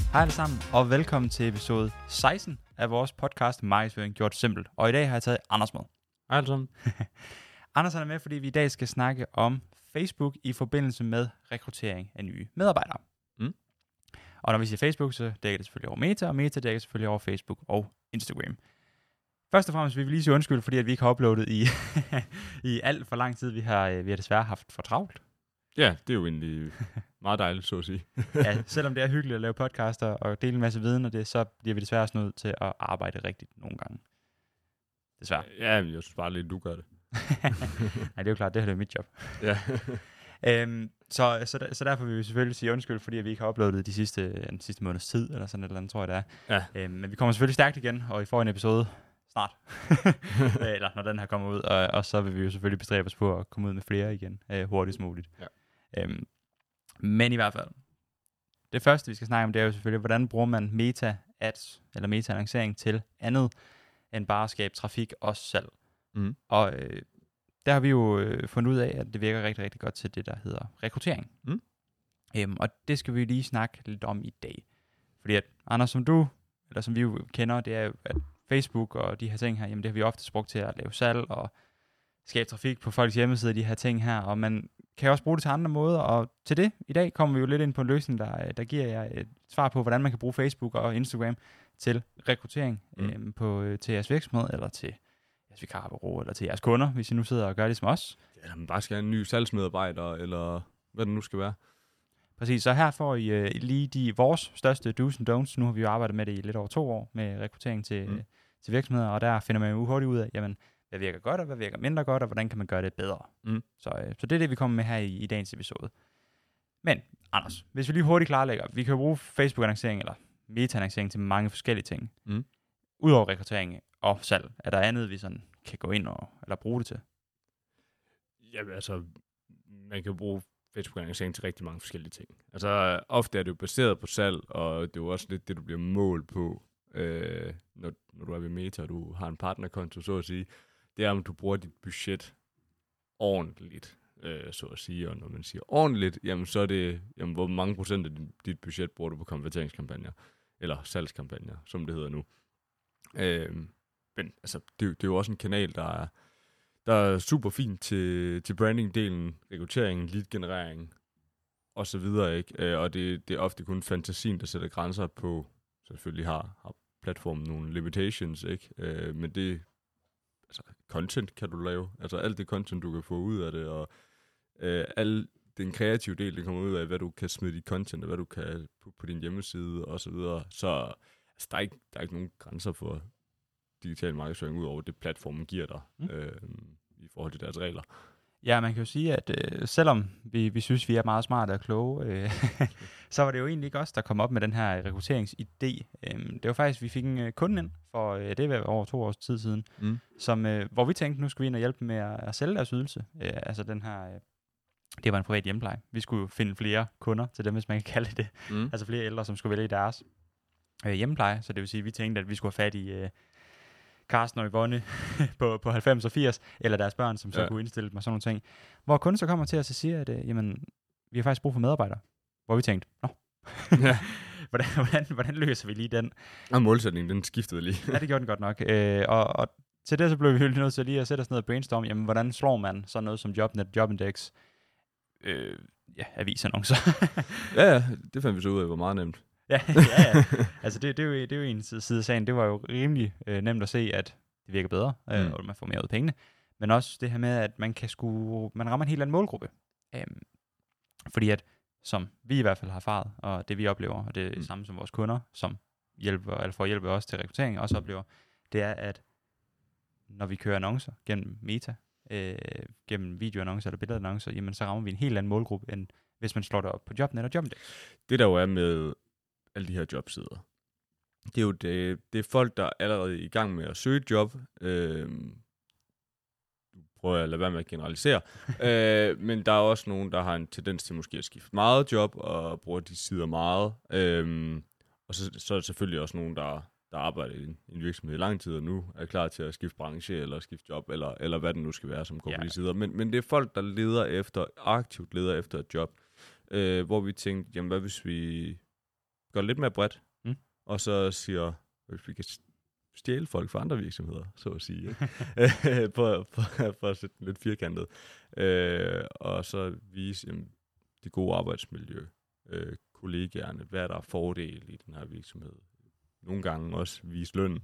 Hej alle sammen, og velkommen til episode 16 af vores podcast Markedsføring gjort simpelt. Og i dag har jeg taget Anders med. Hej alle sammen. Anders er med, fordi vi i dag skal snakke om Facebook i forbindelse med rekruttering af nye medarbejdere. Og når vi siger Facebook, så dækker det selvfølgelig over Meta, og Meta dækker selvfølgelig over Facebook og Instagram. Først og fremmest vil vi lige sige undskyld, fordi at vi ikke har uploadet i alt for lang tid. Vi har desværre haft for travlt. Ja, det er jo egentlig meget dejligt, så at sige. Ja, selvom det er hyggeligt at lave podcaster og dele en masse viden, og det, så bliver vi desværre også nødt til at arbejde rigtigt nogle gange. Desværre. Ja, jeg synes bare lidt, du gør det. Nej, det er jo klart, det her er mit job. Ja. Så derfor vil vi selvfølgelig sige undskyld, fordi vi ikke har uploadet den sidste måneds tid, eller sådan et eller andet, tror jeg det er. Ja. Men vi kommer selvfølgelig stærkt igen, og I får en episode snart. Eller når den her kommer ud, og så vil vi jo selvfølgelig bestræbe os på at komme ud med flere igen, hurtigst muligt. Ja. Men i hvert fald, det første vi skal snakke om, det er jo selvfølgelig, hvordan bruger man meta-ads, eller meta-annoncering til andet, end bare at skabe trafik og salg. Og der har vi jo fundet ud af, at det virker rigtig, rigtig godt til det, der hedder rekruttering. Og det skal vi lige snakke lidt om i dag. Fordi at, Anders, som vi jo kender, det er jo, at Facebook og de her ting her, jamen det har vi ofte brugt til at lave salg og skabe trafik på folks hjemmesider, de her ting her, og man kan også bruge det til andre måder, og til det, i dag kommer vi jo lidt ind på en løsning, der giver jer et svar på, hvordan man kan bruge Facebook og Instagram til rekruttering til jeres virksomhed, eller til jeres vikarbureau, eller til jeres kunder, hvis I nu sidder og gør det som os. Ja, man bare skal have en ny salgsmedarbejder, eller hvad det nu skal være. Præcis, så her får I lige vores største do's and don'ts. Nu har vi jo arbejdet med det i lidt over 2 år, med rekruttering til virksomheder, og der finder man jo hurtigt ud af, jamen, hvad virker godt, og hvad virker mindre godt, og hvordan kan man gøre det bedre. Så det er det, vi kommer med her i dagens episode. Men, Anders, hvis vi lige hurtigt klarlægger, vi kan jo bruge Facebook-annoncering eller meta-annoncering til mange forskellige ting. Udover rekruttering og salg, er der andet, vi sådan kan gå ind eller bruge det til? Ja, altså, man kan bruge Facebook-annoncering til rigtig mange forskellige ting. Altså, ofte er det jo baseret på salg, og det er jo også lidt det, du bliver målt på, når du er ved Meta, og du har en partnerkonto, så at sige. Det er, om du bruger dit budget ordentligt, så at sige. Og når man siger ordentligt, jamen så er det, hvor mange procent af dit budget bruger du på konverteringskampagner, eller salgskampagner, som det hedder nu. Men altså, det er jo også en kanal, der er super fint til branding-delen, rekruttering, lead-generering og så videre, ikke? Og det er ofte kun fantasien, der sætter grænser på. Selvfølgelig har platformen nogle limitations, ikke? Men det, altså content kan du lave. Altså alt det content, du kan få ud af det, og al den kreative del, det kommer ud af, hvad du kan smide dit content, og hvad du kan putte på din hjemmeside, og så videre. Så altså, der er ikke nogen grænser for digital markedsføring, ud over det platformen giver dig, i forhold til deres regler. Ja, man kan jo sige, at selvom vi synes, vi er meget smarte og kloge, så var det jo egentlig ikke os, der kom op med den her rekrutteringsidé. Det var faktisk, vi fik en kunde ind for, det var over 2 års tid siden, hvor vi tænkte, nu skal vi ind og hjælpe med at sælge deres ydelse. Altså den her, det var en privat hjemmepleje. Vi skulle jo finde flere kunder til dem, hvis man kan kalde det. Altså flere ældre, som skulle vælge deres hjemmepleje. Så det vil sige, at vi tænkte, at vi skulle have fat i Carsten og Yvonne på 90 og 80, eller deres børn, som så kunne indstille dem og sådan nogle ting. Hvor kunden så kommer til os og siger, at jamen, vi har faktisk brug for medarbejdere. Hvor vi tænkte, hvordan løser vi lige den? Og målsætningen, den skiftede lige. Ja, det gjorde den godt nok. Og til det så blev vi jo nødt til lige at sætte os ned og brainstorme, jamen, hvordan slår man sådan noget som Jobnet, Jobindex, avisannoncer? ja, det fandt vi så ud af, hvor meget nemt. Ja. Altså det er jo en side af sagen. Det var jo rimelig nemt at se, at det virker bedre, og man får mere ud af pengene. Men også det her med, at man rammer en helt anden målgruppe. Fordi at, som vi i hvert fald har erfaret, og det vi oplever, og det er det samme som vores kunder, som får hjælp af os til rekruttering, også oplever, det er, at når vi kører annoncer gennem Meta, gennem videoannoncer eller billedannoncer, jamen så rammer vi en helt anden målgruppe, end hvis man slår det op på Jobnet og Jobindex. Det der jo er med alle de her jobsider, det er jo det er folk, der er allerede i gang med at søge et job. Prøver jeg at lade være med at generalisere. Men der er også nogen, der har en tendens til måske at skifte meget job, og bruger de sider meget. Og så er der selvfølgelig også nogen, der arbejder i en virksomhed i lang tid, og nu er klar til at skifte branche, eller skifte job, eller hvad det nu skal være, som går på de sider. Men det er folk, der aktivt leder efter et job, hvor vi tænkte, jamen hvad hvis vi gør det lidt mere bredt, og så siger, hvis vi kan stjæle folk fra andre virksomheder, så at sige, for at sætte den lidt firkantet, og så vise det gode arbejdsmiljø, kollegaerne, hvad der er fordel i den her virksomhed. Nogle gange også vise lønnen,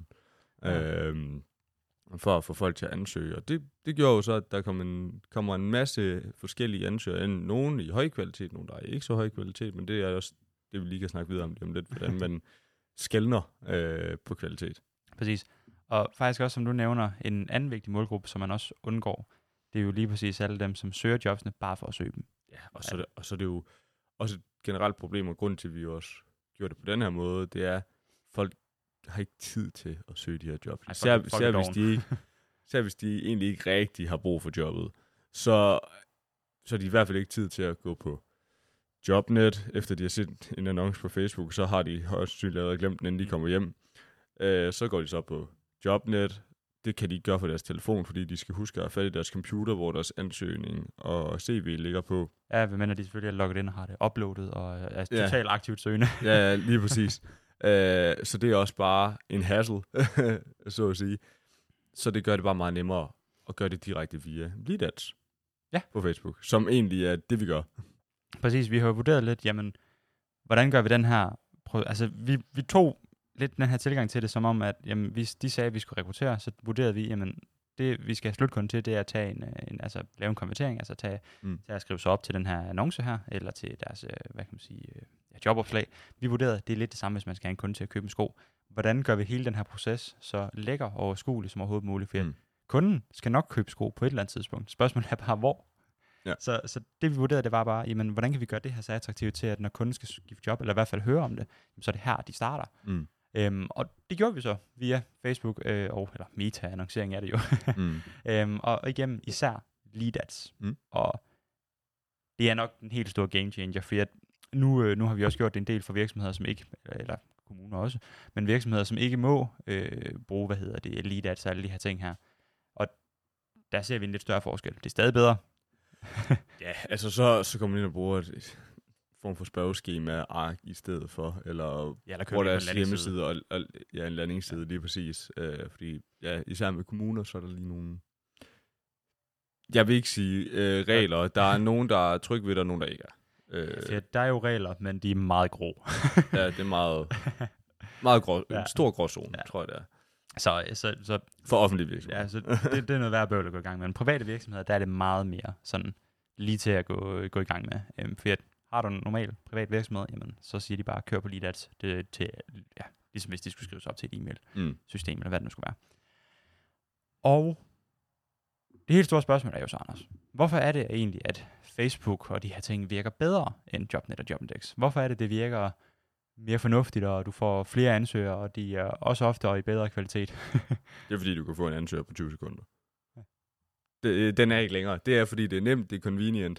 for at få folk til at ansøge. Og det gjorde jo så, at der kommer en masse forskellige ansøgere ind. Nogle i høj kvalitet, nogle der er ikke så høj kvalitet, men det er også det, vi lige kan snakke videre om lidt, hvordan man skelner på kvalitet. Præcis. Og faktisk også, som du nævner, en anden vigtig målgruppe, som man også undgår, det er jo lige præcis alle dem, som søger jobsene bare for at søge dem. Ja, og så er det jo også et generelt problem, og grunden til, at vi også gjorde det på den her måde, det er, folk har ikke tid til at søge de her jobs. Især hvis de egentlig ikke rigtig har brug for jobbet, så er de i hvert fald ikke tid til at gå på Jobnet, efter de har set en annonce på Facebook, så har de højst sandsynligt allerede glemt den, inden de kommer hjem. Så går de så på Jobnet. Det kan de ikke gøre for deres telefon, fordi de skal huske at have fat i deres computer, hvor deres ansøgning og CV ligger på. Ja, men de selvfølgelig er logget ind og har det uploadet og er totalt aktivt søgende. Ja, lige præcis. Så det er også bare en hassle, så at sige. Så det gør det bare meget nemmere at gøre det direkte via Lead-ads på Facebook, som egentlig er det, vi gør. Præcis, vi har vurderet lidt, jamen, hvordan gør vi den her... Altså, vi tog lidt den her tilgang til det, som om, at jamen, hvis de sagde, at vi skulle rekruttere, så vurderede vi, jamen, det vi skal slutte kun til, det er at tage altså lave en konvertering, altså tage at skrive sig op til den her annonce her, eller til deres, hvad kan man sige, jobopslag. Vi vurderede, det er lidt det samme, hvis man skal have en kunde til at købe en sko. Hvordan gør vi hele den her proces så lækker og overskuelig som overhovedet muligt, for kunden skal nok købe sko på et eller andet tidspunkt. Spørgsmålet er bare, hvor? Ja. Så det vi vurderede, det var bare, jamen, hvordan kan vi gøre det her så attraktivt til, at når kunden skal skifte job, eller i hvert fald høre om det, så er det her, de starter. Og det gjorde vi så via Facebook, eller meta-annoncering er det jo. Og igennem især Lead-ads. Og det er nok en helt stor game changer, for nu har vi også gjort det en del for virksomheder, som ikke, eller kommuner også, men virksomheder, som ikke må bruge, Lead-ads og alle de her ting her. Og der ser vi en lidt større forskel. Det er stadig bedre. Ja, altså så kommer man ind og bruger et form for spørgeskema ark i stedet for, eller bruger deres hjemmeside og en landingsside lige præcis. Fordi især med kommuner, så er der lige nogle, jeg vil ikke sige regler. Der er nogen, der er trygge ved det, og nogen, der ikke er. Der er jo regler, men de er meget grå. Ja, det er meget grå. En stor gråzone, tror jeg det er. Så for offentlige virksomheder. Ja, så det er noget værd bøvl at gå i gang med. Men private virksomheder, der er det meget mere sådan lige til at gå i gang med. For har du en normal privat virksomhed, jamen, så siger de bare, kør på Lead-ads, ligesom hvis de skulle skrive sig op til et e-mail-system, eller hvad det nu skulle være. Og det helt store spørgsmål er jo så, Anders, hvorfor er det egentlig, at Facebook og de her ting virker bedre end Jobnet og Jobindex? Hvorfor er det virker mere fornuftigt, og du får flere ansøgere, og de er også ofte i bedre kvalitet? Det er fordi, du kan få en ansøger på 20 sekunder. Den er ikke længere. Det er fordi, det er nemt, det er convenient.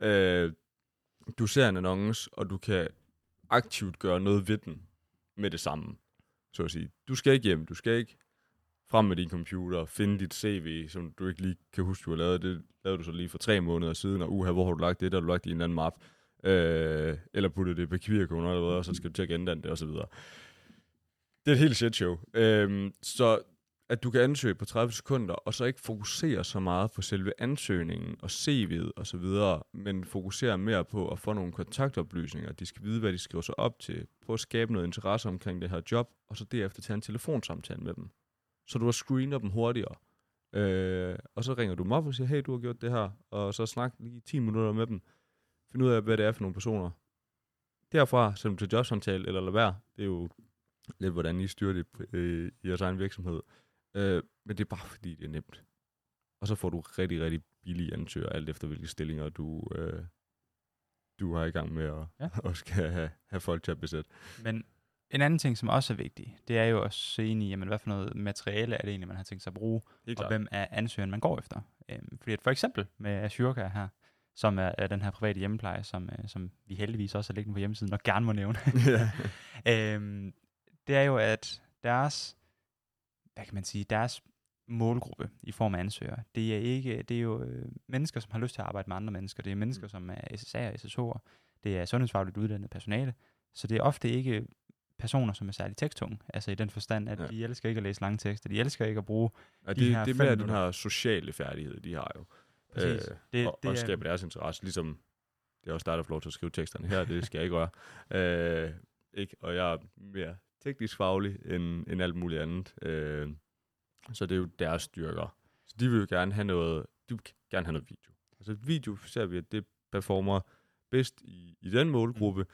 Du ser en annonce, og du kan aktivt gøre noget ved den med det samme. Så at sige, du skal ikke hjem, du skal ikke frem med din computer, finde dit CV, som du ikke lige kan huske, du har lavet. Det lavede du så lige for 3 måneder siden, og hvor har du lagt det? Der har du lagt i en anden map. Eller puttet det på kvirkone eller hvad, og så skal du tjekke ændre det, og så videre. Det er et helt shit show. Så at du kan ansøge på 30 sekunder, og så ikke fokusere så meget på selve ansøgningen og CV'et og så videre, men fokusere mere på at få nogle kontaktoplysninger. De skal vide, hvad de skriver sig op til. Prøv at skabe noget interesse omkring det her job, og så derefter tage en telefonsamtale med dem. Så du har screener dem hurtigere. Og så ringer du dem op og siger, hey, du har gjort det her, og så snak lige 10 minutter med dem. Find ud af, hvad det er for nogle personer. Derfra, selvom til jobsamtale eller lade være, det er jo lidt, hvordan I styrer det i jeres egen virksomhed. Men det er bare fordi, det er nemt. Og så får du rigtig, rigtig billige ansøgere, alt efter hvilke stillinger du har i gang med at skal have folk til at besætte. Men en anden ting, som også er vigtig, det er jo at se ind i, jamen, hvad for noget materiale er det egentlig, man har tænkt sig at bruge, og hvem er ansøgeren, man går efter. Fordi for eksempel med Azure her, som er den her private hjemmepleje, som vi heldigvis også har liggende på hjemmesiden, og gerne må nævne. Det er jo, at deres målgruppe i form af ansøgere, det er jo mennesker, som har lyst til at arbejde med andre mennesker. Det er mennesker, som er SSA'er og SSH'er. Det er sundhedsfagligt uddannet personale, Så det er ofte ikke personer, som er særlig teksttunge. Altså i den forstand, at de elsker ikke at læse lange tekster. De elsker ikke at bruge de her 5 det er mere den her sociale færdighed, de har jo. Præcis. Og skaber deres interesse, ligesom det er også dig, der får lov til at skrive teksterne her, det skal jeg ikke røre. Ikke? Og jeg er mere teknisk faglig end alt muligt andet. Så det er jo deres styrker. Så de vil jo gerne have noget, video. Altså video ser vi, at det performer bedst i den målgruppe.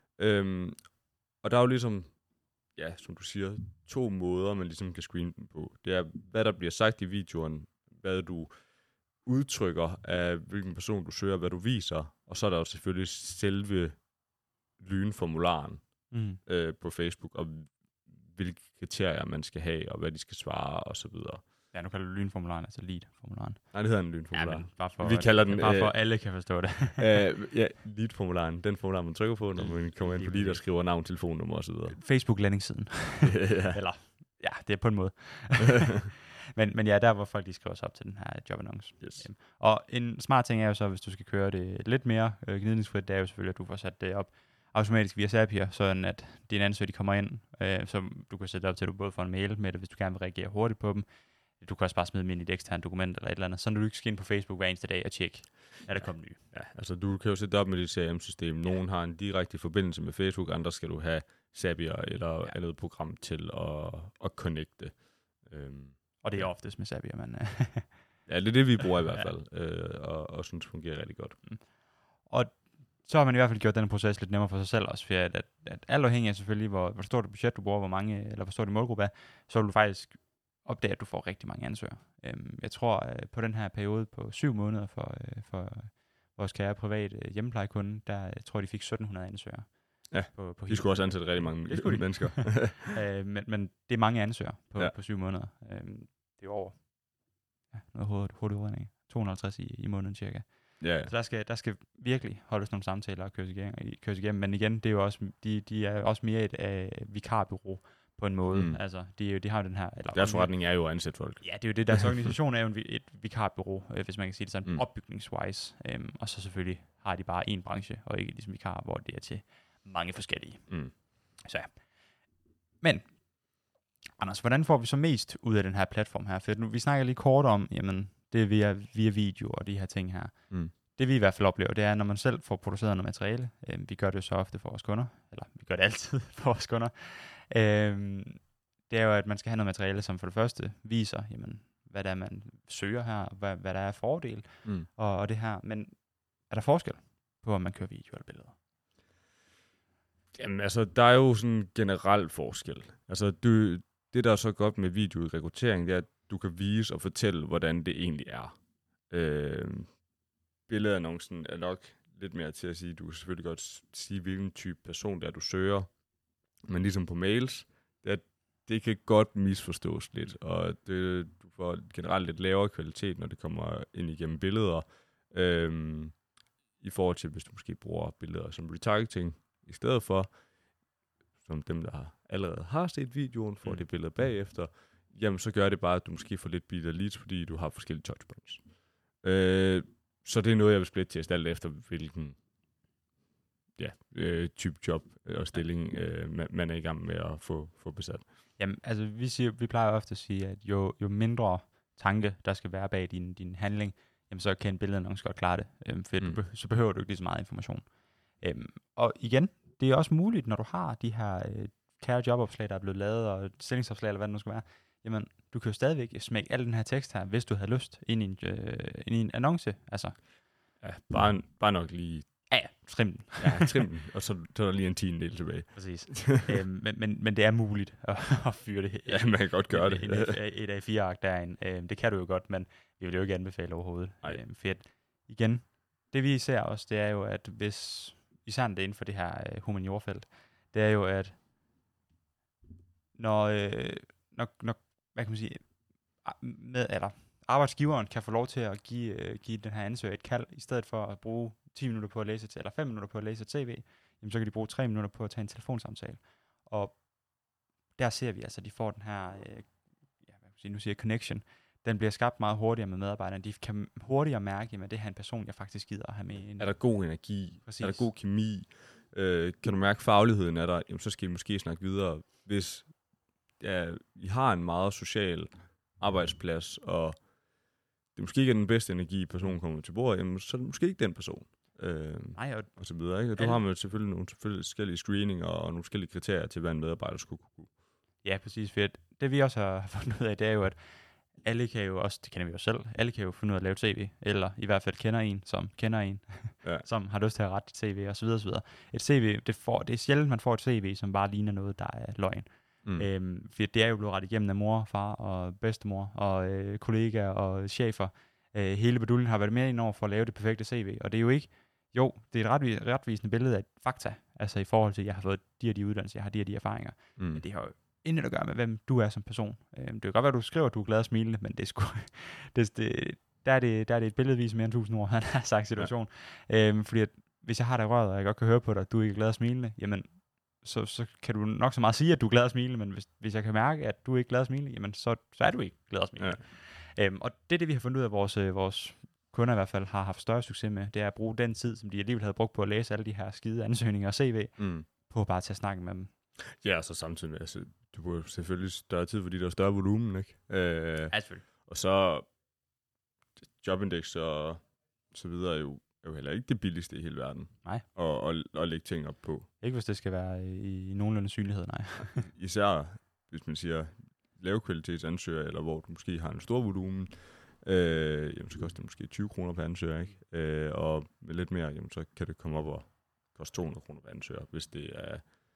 Og der er jo ligesom, ja, som du siger, 2 måder, man ligesom kan screene dem på. Det er, hvad der bliver sagt i videoen, hvad du udtrykker af, hvilken person du søger, hvad du viser, og så er der jo selvfølgelig selve lynformularen på Facebook, og hvilke kriterier man skal have, og hvad de skal svare, og så videre. Ja, nu kalder du lynformularen, altså lead-formularen. Nej, det hedder en lynformular. Ja, men bare for, vi kalder den, bare for at alle kan forstå det. ja, lead-formularen. Den formular, man trykker på, når man kommer ind på lead og skriver navn, telefonnummer og så videre. Facebook-landingssiden. Ja. Eller, ja, det er på en måde. men ja, der hvor folk de skriver sig op til den her jobannonce. Yes. Og en smart ting er jo så, hvis du skal køre det lidt mere gnidningsfrit, det er jo selvfølgelig, at du får sat det op automatisk via Zapier, sådan at dine ansøgere de kommer ind, så du kan sætte op til, at du både får en mail med det, hvis du gerne vil reagere hurtigt på dem. Du kan også bare smide dem ind i et eksternt dokument eller et eller andet, så du ikke skal ind på Facebook hver eneste dag og tjekke, er der kommet nye. Ja, altså du kan jo sætte op med dit CRM-system. Nogen har en direkte forbindelse med Facebook, andre skal du have Zapier eller andet program til at connecte. Og det er oftest med Zapier, men... ja, det er det, vi bruger i hvert fald, og synes fungerer rigtig godt. Og så har man i hvert fald gjort den proces lidt nemmere for sig selv også, for at alt afhængig af selvfølgelig, hvor stort et budget du bruger, hvor stor din målgruppe er, så vil du faktisk opdage, at du får rigtig mange ansøgere. Jeg tror, på den her periode på 7 måneder for vores kære private hjemmeplejekunde, der tror de fik 1700 ansøgere. Ja, på de skulle også ansætte rigtig mange mennesker. men det er mange ansøgere på 7 måneder. Det er over noget hurtigt udredning. 250 i måneden cirka. Ja. Så der skal virkelig holdes nogle samtaler og køres igennem. Men igen, det er jo også, de er også mere et vikarbureau på en måde. Altså, de har den her... Eller, deres forretning er jo at ansætte folk. Ja, det er jo det. Deres organisation er jo et vikarbureau, hvis man kan sige det sådan, opbygningswise. Og så selvfølgelig har de bare én branche, og ikke ligesom vikar, hvor det er til mange forskellige. Så ja. Men, Anders, hvordan får vi så mest ud af den her platform her? For nu, vi snakker lige kort om, jamen, det er via video og de her ting her. Det vi i hvert fald oplever, det er, når man selv får produceret noget materiale. Vi gør det jo så ofte for vores kunder, eller vi gør det altid for vores kunder. Det er jo, at man skal have noget materiale, som for det første viser, jamen, hvad det er, man søger her, hvad der er fordel, og det her. Men er der forskel på, om man kører video eller billeder? Jamen altså, der er jo sådan en generel forskel. Altså, det der er så godt med video i rekruttering, det er, at du kan vise og fortælle, hvordan det egentlig er. Billedannoncen er nok lidt mere til at sige, du kan selvfølgelig godt sige, hvilken type person det er, du søger. Men ligesom på mails, det kan godt misforstås lidt, og du får generelt lidt lavere kvalitet, når det kommer ind igennem billeder, i forhold til, hvis du måske bruger billeder som retargeting, i stedet for, som dem, der allerede har set videoen, får det billede bagefter, jamen så gør det bare, at du måske får lidt billigere leads, fordi du har forskellige touchpoints. Så det er noget, jeg vil splitte-teste alt efter, hvilken type job og stilling man er i gang med at få besat. Jamen, altså vi plejer ofte at sige, at jo mindre tanke, der skal være bag din handling, jamen så kan en billedannonce godt klare det, for så behøver du ikke lige så meget information. Og igen, det er også muligt, når du har de her kære jobopslag, der er blevet lavet, og stillingsopslag, eller hvad det nu skal være, jamen, du kan jo stadigvæk smække al den her tekst her, hvis du havde lyst, ind i en annonce. Altså. Ja, bare nok lige... Ja, trim den. Ja, trim den, og så er der lige en tiendedel tilbage. Præcis. Men det er muligt at fyre det. Ja, man kan godt gøre det. Et af 4 ark derinde. Det kan du jo godt, men vi vil jo ikke anbefale overhovedet. For igen, det vi ser også, det er jo, at hvis, især det inden for det her humaniorfelt, det er jo, at når hvad kan man sige, arbejdsgiveren kan få lov til at give den her ansøger et kald, i stedet for at bruge 10 minutter på at læse til, eller 5 minutter på at læse tv, jamen så kan de bruge 3 minutter på at tage en telefonsamtale. Og der ser vi altså, at de får den her, nu siger jeg connection, den bliver skabt meget hurtigere med medarbejderne. De kan hurtigere mærke, at det her er en person, jeg faktisk gider at have med. Er der god energi? Præcis. Er der god kemi? Kan du mærke fagligheden af dig, jamen, så skal I måske snakke videre. Hvis I har en meget social arbejdsplads, og det måske ikke er den bedste energi, personen kommer til bordet, jamen, så er det måske ikke den person. Nej, og så videre, ikke? Og du har med selvfølgelig nogle forskellige screening og nogle forskellige kriterier til, hvad en medarbejder skulle kunne. Ja, præcis. For det vi også har fundet ud af, det er jo, at alle kan jo også, det kender vi jo selv, alle kan jo finde ud af at lave CV, eller i hvert fald kender en, som har lyst til at rette et CV, og så videre, så videre. Et CV, det er sjældent, man får et CV, som bare ligner noget, der er løgn. For det er jo blevet ret igennem af mor, far og bedstemor, og kollegaer og chefer. Hele beduljen har været med ind over for at lave det perfekte CV, og det er jo ikke, det er et retvisende billede af fakta, altså i forhold til, at jeg har fået de og de uddannelser, jeg har de og de erfaringer. Men det har jo intet at gøre med, hvem du er som person. Det kan godt være, at du skriver, at du er glad og smilende, men det er sgu, der er det et billedvis mere end 1000 ord, han har sagt situation. Fordi at, hvis jeg har dig i røret, og jeg godt kan høre på dig, at du ikke er glad og smilende, jamen, så kan du nok så meget sige, at du er glad og smilende, men hvis jeg kan mærke, at du ikke er glad og smilende, jamen, så er du ikke glad og smilende. Ja. Og det er det, vi har fundet ud af, vores kunder i hvert fald har haft større succes med, det er at bruge den tid, som de alligevel havde brugt på at læse alle de her skide ansøgninger og CV, på bare til at snakke med dem. Ja, og så samtidig med, altså, du bruger selvfølgelig større tid, fordi der er større volumen, ikke? Ja, selvfølgelig. Og så Jobindex og så videre er jo heller ikke det billigste i hele verden. Nej. Og lægge ting op på. Ikke hvis det skal være i nogenlunde synlighed, nej. Især hvis man siger lavkvalitetsansøger, eller hvor du måske har en stor volumen, jamen, så koster det måske 20 kroner per ansøger, ikke? Og med lidt mere, jamen, så kan det komme op og koste 200 kroner per ansøger, hvis det er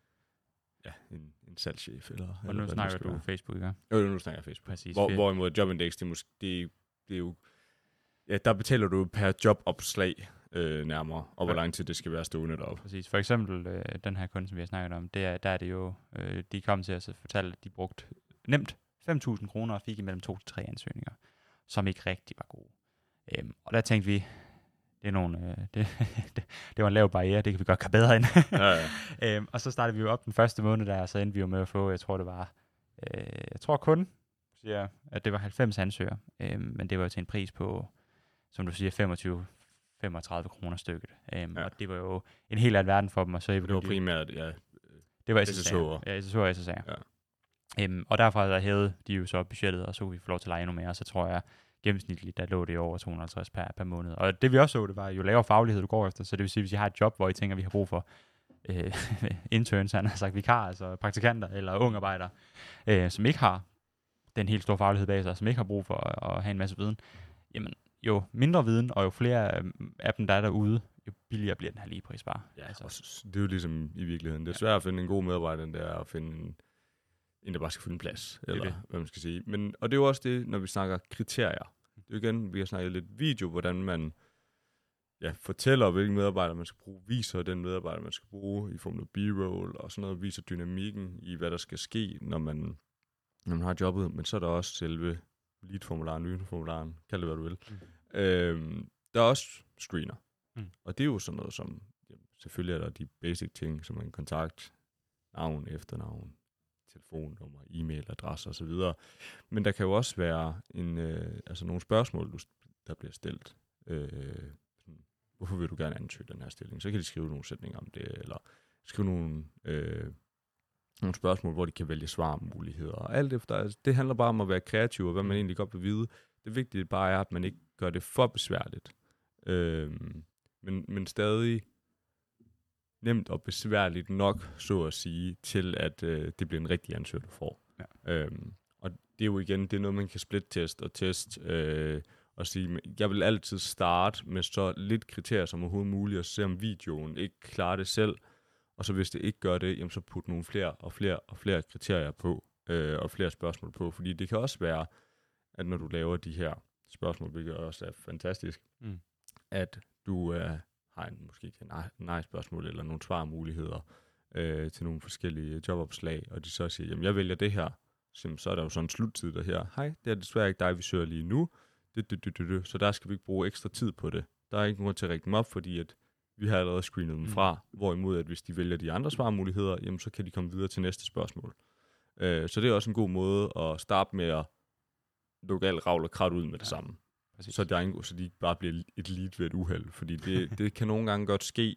en salgschef. Og nu snakker du Facebook, ikke? Jo, nu snakker jeg Facebook. Præcis. Hvorimod Jobindex, det er jo... Ja, der betaler du per jobopslag nærmere, og hvor lang tid det skal være stående deroppe. Præcis. For eksempel den her kunde, som vi har snakket om, der er det jo... de kom til at fortælle, at de brugte nemt 5.000 kroner og fik imellem 2 til 3 ansøgninger, som ikke rigtig var gode. Og der tænkte vi, det var en lav barriere, det kan vi godt gøre bedre end. Ja. Og så startede vi jo op den første måned der, og så endte vi jo med at få, jeg tror kun, siger, at det var 90 ansøgere, men det var jo til en pris på, som du siger, 25-35 kroner stykket. Og det var jo en helt anden verden for dem. Og så det var primært, det var SSA'er. Ja, SSA'er og SSA'er. Ja. Og derfra der hævede de jo så budgettet, og så kunne vi få lov til at lege endnu mere, og så tror jeg, gennemsnitligt, der lå det over 250 per måned. Og det vi også så, det var jo lavere faglighed, du går efter, så det vil sige, hvis I har et job, hvor I tænker, vi har brug for interns, han har sagt vikar, altså praktikanter eller ungarbejdere, som ikke har den helt store faglighed bag sig, som ikke har brug for at have en masse viden, jamen jo mindre viden, og jo flere af dem, der er derude, jo billigere bliver den her lige pris bare. Ja, altså. Det er jo ligesom i virkeligheden. Det er svært at finde en god medarbejder, end det er at finde en der bare skal finde en plads, eller hvad man skal sige. Og det er jo også det, når vi snakker kriterier. Det er jo igen, vi har snakket lidt video, hvordan man fortæller, hvilken medarbejder man skal bruge, viser den medarbejder, man skal bruge i form af b-roll, og sådan noget, viser dynamikken i, hvad der skal ske, når man har jobbet, men så er der også selve lead-formularen, lynformularen, kald det hvad du vil. Der er også screener, og det er jo sådan noget som, selvfølgelig er der de basic ting, som en kontakt, navn, efternavn, telefonnummer, e-mailadresse osv. Men der kan jo også være nogle spørgsmål, der bliver stillet. Hvorfor vil du gerne ansøge den her stilling? Så kan de skrive nogle sætninger om det, eller skrive nogle spørgsmål, hvor de kan vælge svarmuligheder. Og alt efter, altså, det handler bare om at være kreativ, og hvad man egentlig godt vil vide. Det vigtige bare er, at man ikke gør det for besværligt. Men stadig nemt og besværligt nok, så at sige, til at det bliver en rigtig ansøger, du får. Ja. Og det er jo igen, det er noget, man kan splitteste og sige, jeg vil altid starte med så lidt kriterier som overhovedet muligt, og se om videoen ikke klarer det selv, og så hvis det ikke gør det, jamen så putte nogle flere kriterier på, og flere spørgsmål på, fordi det kan også være, at når du laver de her spørgsmål, hvilket også er fantastisk, at du har måske et nej-spørgsmål, eller nogle svarmuligheder til nogle forskellige jobopslag, og de så siger, jamen jeg vælger det her, så er der jo sådan en sluttid der her, hej, det er desværre ikke dig, vi søger lige nu, så der skal vi ikke bruge ekstra tid på det. Der er ikke nogen til at række dem op, fordi at vi har allerede screenet dem fra, hvorimod at hvis de vælger de andre svarmuligheder, jamen så kan de komme videre til næste spørgsmål. Så det er også en god måde at starte med at lukke alt ravl og krat ud med det samme. Så de ikke bare bliver et lead ved et uheld, fordi det kan nogle gange godt ske,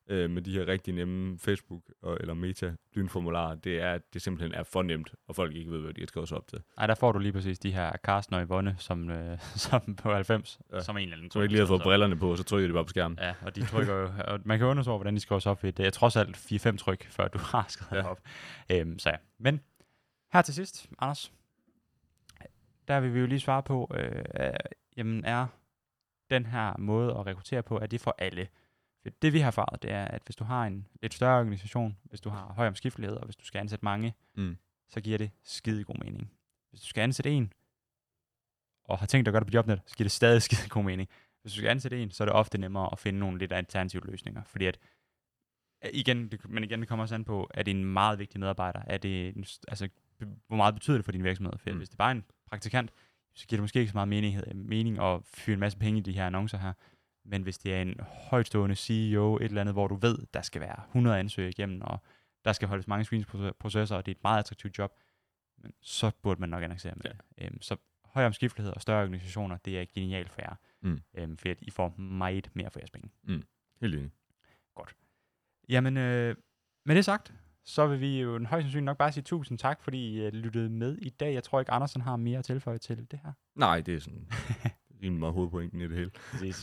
med de her rigtig nemme Facebook eller Meta lynformularer, det er, at det simpelthen er for nemt, og folk ikke ved, hvad de har skrevet sig op til. Nej, der får du lige præcis de her Carsten og Yvonne, som på 90, som en eller anden. Så ikke lige har fået brillerne på, og så trykker de bare på skærmen. Ja, og de trykker jo, og man kan undre sig over, hvordan de skriver sig op. Det er trods alt 4-5 tryk, før du har skrevet op. Så ja. Men her til sidst, Anders, der vil vi jo lige svare på, jamen er den her måde at rekruttere på, er det for alle? Det vi har erfaret, det er, at hvis du har en lidt større organisation, hvis du har høj omskiftelighed, og hvis du skal ansætte mange, så giver det skide god mening. Hvis du skal ansætte en, og har tænkt dig at gøre det på Jobnet, så giver det stadig skide god mening. Hvis du skal ansætte en, så er det ofte nemmere at finde nogle lidt alternative løsninger. Fordi at, igen, det kommer også an på, er det en meget vigtig medarbejder? Er det hvor meget betyder det for din virksomhed? For hvis det bare er en praktikant, så giver det måske ikke så meget mening at fyre en masse penge i de her annoncer her. Men hvis det er en højtstående CEO, et eller andet, hvor du ved, der skal være 100 ansøgere igennem, og der skal holdes mange screeningsprocesser, og det er et meget attraktivt job, så burde man nok annoncere med det. Så høj omskiftelighed og større organisationer, det er genialt for jer. For at I får meget mere for jeres penge. Helt enig. Godt. Jamen, med det sagt, så vil vi jo højst sandsynligt nok bare sige tusind tak, fordi I lyttede med i dag. Jeg tror ikke, Andersen har mere at tilføje til det her. Nej, det er sådan rimelig meget hovedpointen i det hele.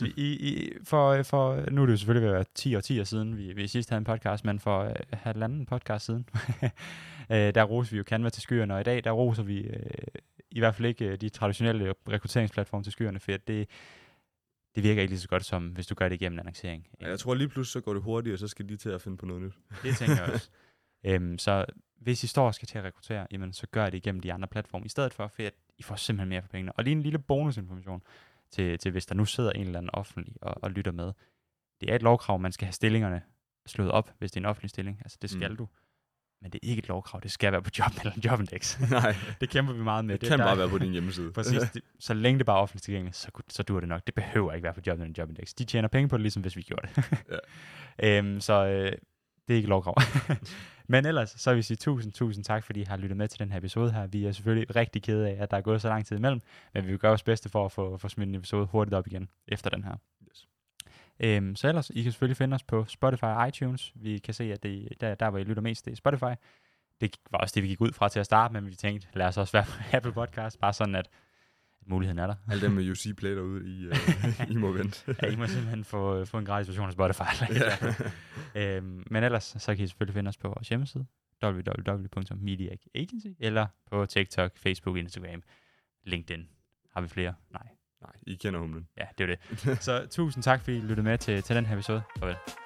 For nu er det jo selvfølgelig ved at være 10 årtier siden, vi sidst havde en podcast, men for halvanden podcast siden, der roser vi jo Canva til skyerne, og i dag, der roser vi i hvert fald ikke de traditionelle rekrutteringsplatforme til skyerne, for det virker ikke lige så godt, som hvis du gør det igennem annoncering. Ja, jeg tror lige pludselig, så går det hurtigt, og så skal de til at finde på noget nyt. Det tænker jeg også. Så hvis I står og skal til at rekruttere, jamen, så gør det igennem de andre platforme, i stedet for at I får simpelthen mere for pengene. Og lige en lille bonusinformation til hvis der nu sidder en eller anden offentlig og lytter med. Det er et lovkrav, man skal have stillingerne slået op, hvis det er en offentlig stilling. Altså det skal du. Men det er ikke et lovkrav, det skal være på Job eller Jobindex. Nej. Det kæmper vi meget med. Det kan bare være på din hjemmeside. Præcis. Så længe det bare er offentligt tilgængeligt, så dur det nok. Det behøver ikke være på Job eller Jobindex. De tjener penge på det, ligesom hvis vi gjorde det. Det er ikke lovkrav. Men ellers, så vil jeg sige tusind tak, fordi I har lyttet med til den her episode her. Vi er selvfølgelig rigtig kede af, at der er gået så lang tid imellem, men vi vil gøre vores bedste for at få smidt en episode hurtigt op igen efter den her. Yes. Så ellers, I kan selvfølgelig finde os på Spotify og iTunes. Vi kan se, at det der hvor I lytter mest, det er Spotify. Det var også det, vi gik ud fra til at starte, men vi tænkte, lad os også være på Apple Podcast, bare sådan, at muligheden er der. Alle dem med UC Play derude, I må vente. Ja, I må simpelthen få en gratis version af Spotify. Men ellers, så kan I selvfølgelig finde os på vores hjemmeside, www.mediaagency, eller på TikTok, Facebook, Instagram, LinkedIn. Har vi flere? Nej, I kender humlen. Ja, det er det. Så tusind tak, fordi I lyttede med til den her episode. Farvel.